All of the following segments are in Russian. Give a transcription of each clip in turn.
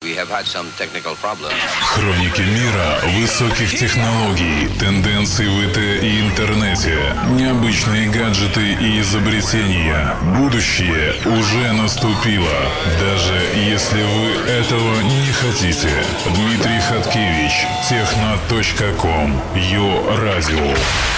Хроники мира высоких технологий, тенденций в ИТ и интернете, необычные гаджеты и изобретения. Будущее уже наступило, даже если вы этого не хотите. Дмитрий Хаткевич, Техно.ком, Йо-Радио.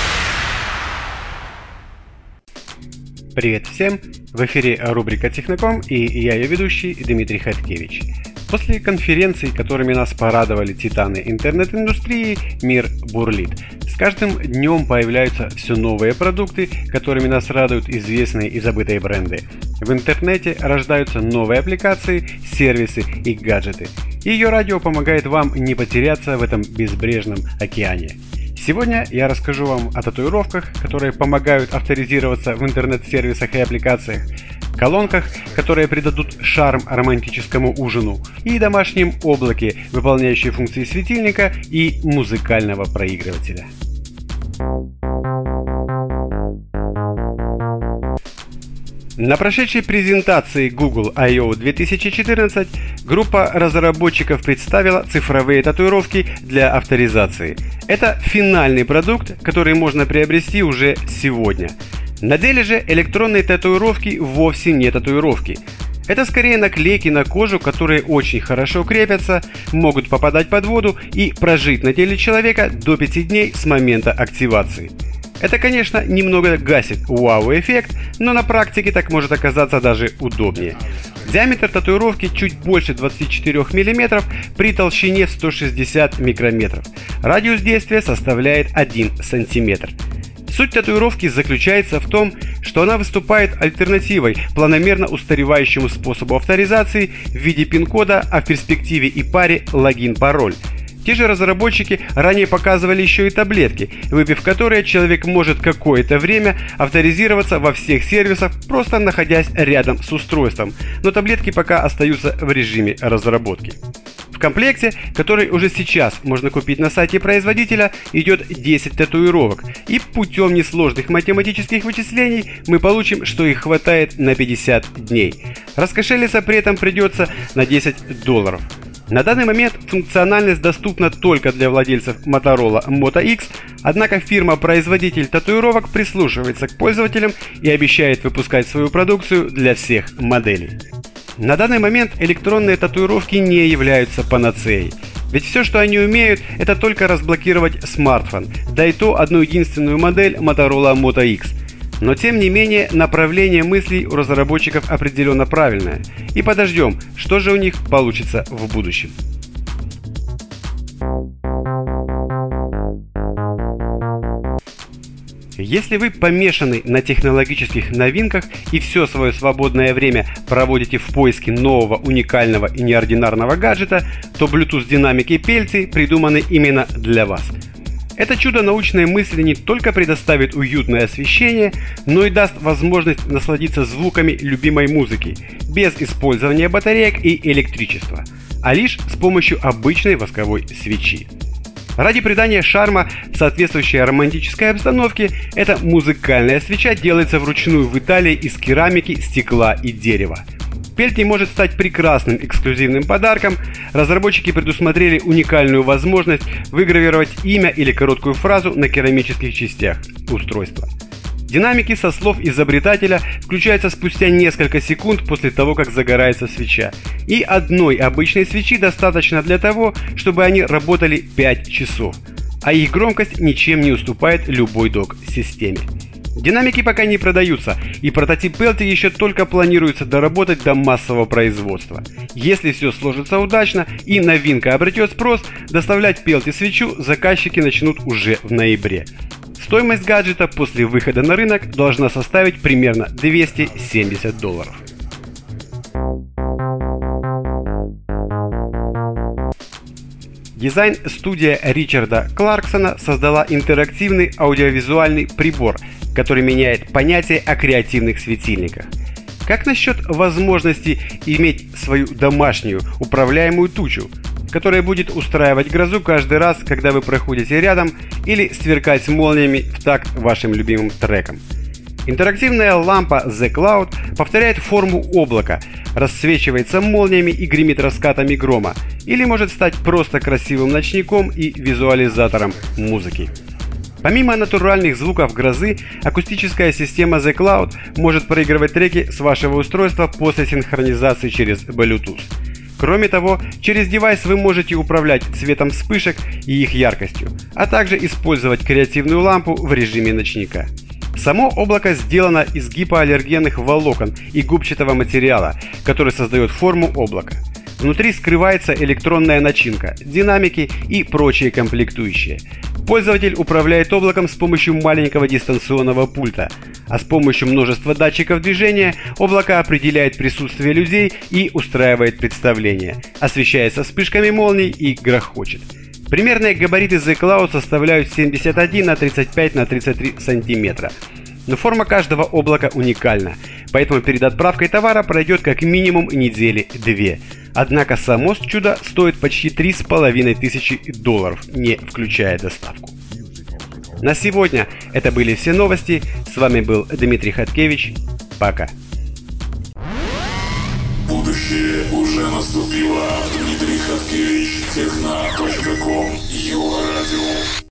Привет всем! В эфире рубрика Техноком и я ее ведущий Дмитрий Хаткевич. После конференций, которыми нас порадовали титаны интернет-индустрии, мир бурлит. С каждым днем появляются все новые продукты, которыми нас радуют известные и забытые бренды. В интернете рождаются новые аппликации, сервисы и гаджеты. И ее радио помогает вам не потеряться в этом безбрежном океане. Сегодня я расскажу вам о татуировках, которые помогают авторизироваться в интернет-сервисах и аппликациях, колонках, которые придадут шарм романтическому ужину, и домашнем облаке, выполняющей функции светильника и музыкального проигрывателя. На прошедшей презентации Google I/O 2014 группа разработчиков представила цифровые татуировки для авторизации. Это финальный продукт, который можно приобрести уже сегодня. На деле же электронные татуировки вовсе не татуировки. Это скорее наклейки на кожу, которые очень хорошо крепятся, могут попадать под воду и прожить на теле человека до 5 дней с момента активации. Это, конечно, немного гасит вау-эффект, но на практике так может оказаться даже удобнее. Диаметр татуировки чуть больше 24 мм при толщине в 160 микрометров. Радиус действия составляет 1 см. Суть татуировки заключается в том, что она выступает альтернативой планомерно устаревающему способу авторизации в виде пин-кода, а в перспективе и паре логин-пароль. Те же разработчики ранее показывали еще и таблетки, выпив которые человек может какое-то время авторизироваться во всех сервисах, просто находясь рядом с устройством, но таблетки пока остаются в режиме разработки. В комплекте, который уже сейчас можно купить на сайте производителя, идет 10 татуировок, и путем несложных математических вычислений мы получим, что их хватает на 50 дней. Раскошелиться при этом придется на $10. На данный момент функциональность доступна только для владельцев Motorola Moto X, однако фирма-производитель татуировок прислушивается к пользователям и обещает выпускать свою продукцию для всех моделей. На данный момент электронные татуировки не являются панацеей. Ведь все, что они умеют, это только разблокировать смартфон, да и то одну единственную модель Motorola Moto X. Но тем не менее, направление мыслей у разработчиков определенно правильное. И подождем, что же у них получится в будущем. Если вы помешаны на технологических новинках и все свое свободное время проводите в поиске нового, уникального и неординарного гаджета, то Bluetooth-динамики Pelti придуманы именно для вас. Это чудо научной мысли не только предоставит уютное освещение, но и даст возможность насладиться звуками любимой музыки, без использования батареек и электричества, а лишь с помощью обычной восковой свечи. Ради придания шарма соответствующей романтической обстановке, эта музыкальная свеча делается вручную в Италии из керамики, стекла и дерева. Pelti может стать прекрасным эксклюзивным подарком. Разработчики предусмотрели уникальную возможность выгравировать имя или короткую фразу на керамических частях устройства. Динамики, со слов изобретателя, включаются спустя несколько секунд после того, как загорается свеча. И одной обычной свечи достаточно для того, чтобы они работали 5 часов. А их громкость ничем не уступает любой док-системе. Динамики пока не продаются, и прототип Pelti еще только планируется доработать до массового производства. Если все сложится удачно и новинка обретет спрос, доставлять Pelti свечу заказчики начнут уже в ноябре. Стоимость гаджета после выхода на рынок должна составить примерно $270. Дизайн-студия Ричарда Кларксона создала интерактивный аудиовизуальный прибор, который меняет понятие о креативных светильниках. Как насчет возможности иметь свою домашнюю управляемую тучу, которая будет устраивать грозу каждый раз, когда вы проходите рядом, или сверкать молниями в такт вашим любимым трекам? Интерактивная лампа The Cloud повторяет форму облака, расцвечивается молниями и гремит раскатами грома, или может стать просто красивым ночником и визуализатором музыки. Помимо натуральных звуков грозы, акустическая система The Cloud может проигрывать треки с вашего устройства после синхронизации через Bluetooth. Кроме того, через девайс вы можете управлять цветом вспышек и их яркостью, а также использовать креативную лампу в режиме ночника. Само облако сделано из гипоаллергенных волокон и губчатого материала, который создает форму облака. Внутри скрывается электронная начинка, динамики и прочие комплектующие. Пользователь управляет облаком с помощью маленького дистанционного пульта, а с помощью множества датчиков движения облако определяет присутствие людей и устраивает представление, освещается вспышками молний и грохочет. Примерные габариты The Cloud составляют 71 на 35 на 33 сантиметра. Но форма каждого облака уникальна, поэтому перед отправкой товара пройдет как минимум недели 2. Однако само чудо стоит почти $3500, не включая доставку. На сегодня это были все новости. С вами был Дмитрий Хаткевич. Пока. Будущее уже наступило. Дмитрий Хаткевич, Техно.com, Его радио.